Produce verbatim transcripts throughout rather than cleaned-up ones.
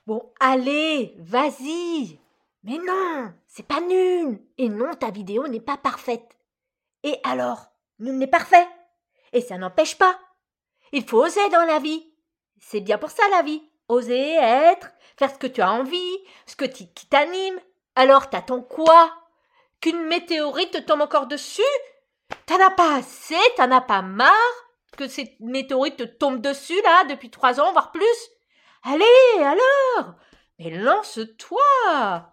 Bon, allez, vas-y. Mais non, c'est pas nul. Et non, ta vidéo n'est pas parfaite. Et alors, nul n'est parfait. Et ça n'empêche pas. Il faut oser dans la vie. C'est bien pour ça la vie. Oser être, faire ce que tu as envie, ce que t- qui t'anime. Alors t'attends quoi? Qu'une météorite te tombe encore dessus? T'en as pas assez? T'en as pas marre que cette météorite te tombe dessus là depuis trois ans, voire plus? Allez, alors! Mais lance-toi!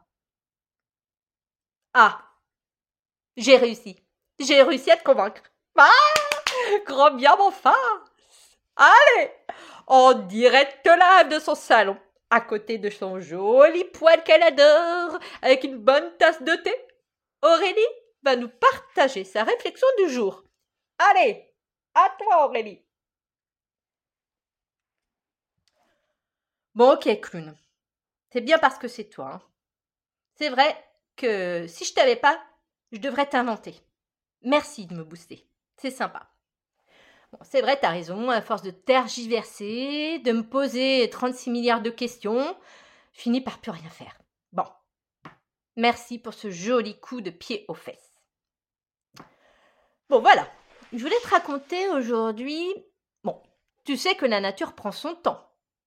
Ah, j'ai réussi. J'ai réussi à te convaincre. Ah, grand bien mon face. Allez, en direct live de son salon, à côté de son joli poêle qu'elle adore, avec une bonne tasse de thé, Aurélie va nous partager sa réflexion du jour. Allez, à toi Aurélie. Bon ok clown, c'est bien parce que c'est toi. Hein. C'est vrai que si je t'avais pas, je devrais t'inventer. Merci de me booster, c'est sympa. Bon, c'est vrai, t'as raison, à force de tergiverser, de me poser trente-six milliards de questions, je finis par plus rien faire. Bon, merci pour ce joli coup de pied aux fesses. Bon, voilà, je voulais te raconter aujourd'hui... Bon, tu sais que la nature prend son temps.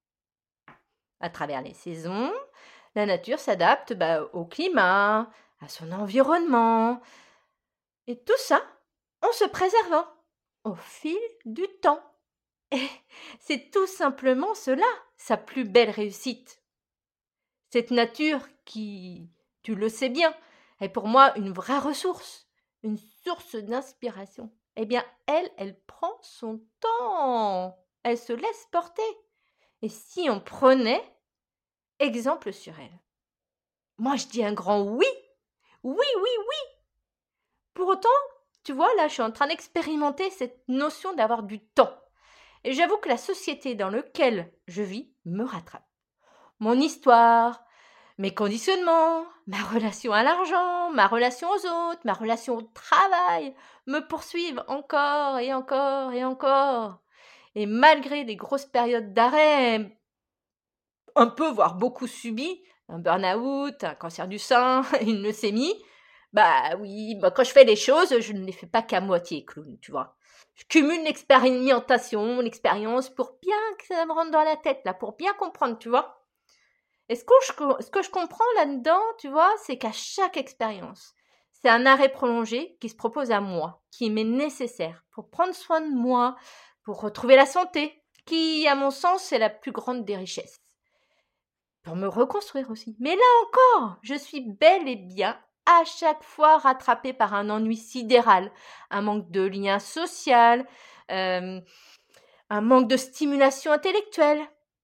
À travers les saisons, la nature s'adapte bah, au climat, à son environnement, et tout ça en se préservant au fil du temps. Et c'est tout simplement cela, sa plus belle réussite. Cette nature qui, tu le sais bien, est pour moi une vraie ressource, une source d'inspiration. Eh bien, elle, elle prend son temps, elle se laisse porter. Et si on prenait exemple sur elle? Moi, je dis un grand oui, oui, oui, oui. Pour autant, tu vois, là, je suis en train d'expérimenter cette notion d'avoir du temps. Et j'avoue que la société dans laquelle je vis me rattrape. Mon histoire, mes conditionnements, ma relation à l'argent, ma relation aux autres, ma relation au travail me poursuivent encore et encore et encore. Et malgré des grosses périodes d'arrêt, un peu, voire beaucoup subies, un burn-out, un cancer du sein, une leucémie, bah oui, bah quand je fais les choses, je ne les fais pas qu'à moitié, clown, tu vois. Je cumule l'expérimentation, l'expérience pour bien que ça me rentre dans la tête, là, pour bien comprendre, tu vois. Et ce que je, ce que je comprends là-dedans, tu vois, c'est qu'à chaque expérience, c'est un arrêt prolongé qui se propose à moi, qui m'est nécessaire pour prendre soin de moi, pour retrouver la santé, qui, à mon sens, est la plus grande des richesses. Pour me reconstruire aussi. Mais là encore, je suis bel et bien à chaque fois rattrapée par un ennui sidéral, un manque de lien social, euh, un manque de stimulation intellectuelle,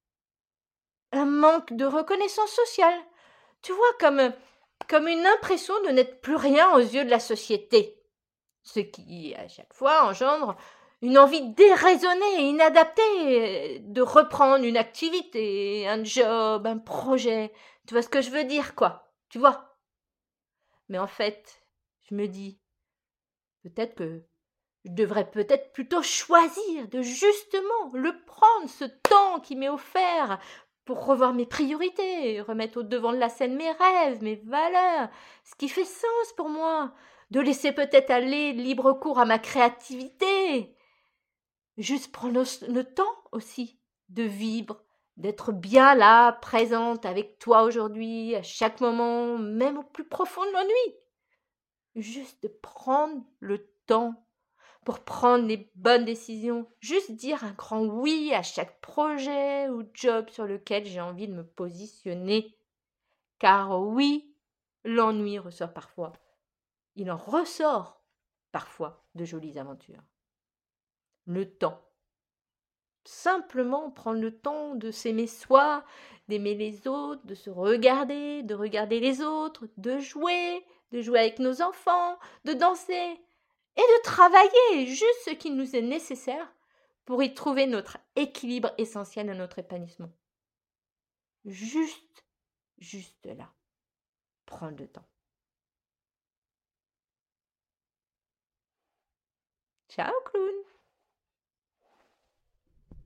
un manque de reconnaissance sociale. Tu vois, comme, comme une impression de n'être plus rien aux yeux de la société. Ce qui, à chaque fois, engendre une envie déraisonnée et inadaptée de reprendre une activité, un job, un projet. Tu vois ce que je veux dire, quoi? Tu vois? Mais en fait, je me dis, peut-être que je devrais peut-être plutôt choisir de justement le prendre, ce temps qui m'est offert pour revoir mes priorités, remettre au devant de la scène mes rêves, mes valeurs, ce qui fait sens pour moi, de laisser peut-être aller libre cours à ma créativité, juste prendre le, le temps aussi de vivre, d'être bien là, présente avec toi aujourd'hui, à chaque moment, même au plus profond de l'ennui. Juste de prendre le temps pour prendre les bonnes décisions, juste dire un grand oui à chaque projet ou job sur lequel j'ai envie de me positionner. Car oui, l'ennui ressort parfois. Il en ressort parfois de jolies aventures. Le temps. Simplement prendre le temps de s'aimer soi, d'aimer les autres, de se regarder, de regarder les autres, de jouer, de jouer avec nos enfants, de danser et de travailler juste ce qui nous est nécessaire pour y trouver notre équilibre essentiel à notre épanouissement. Juste, juste là, prendre le temps. Ciao, clown!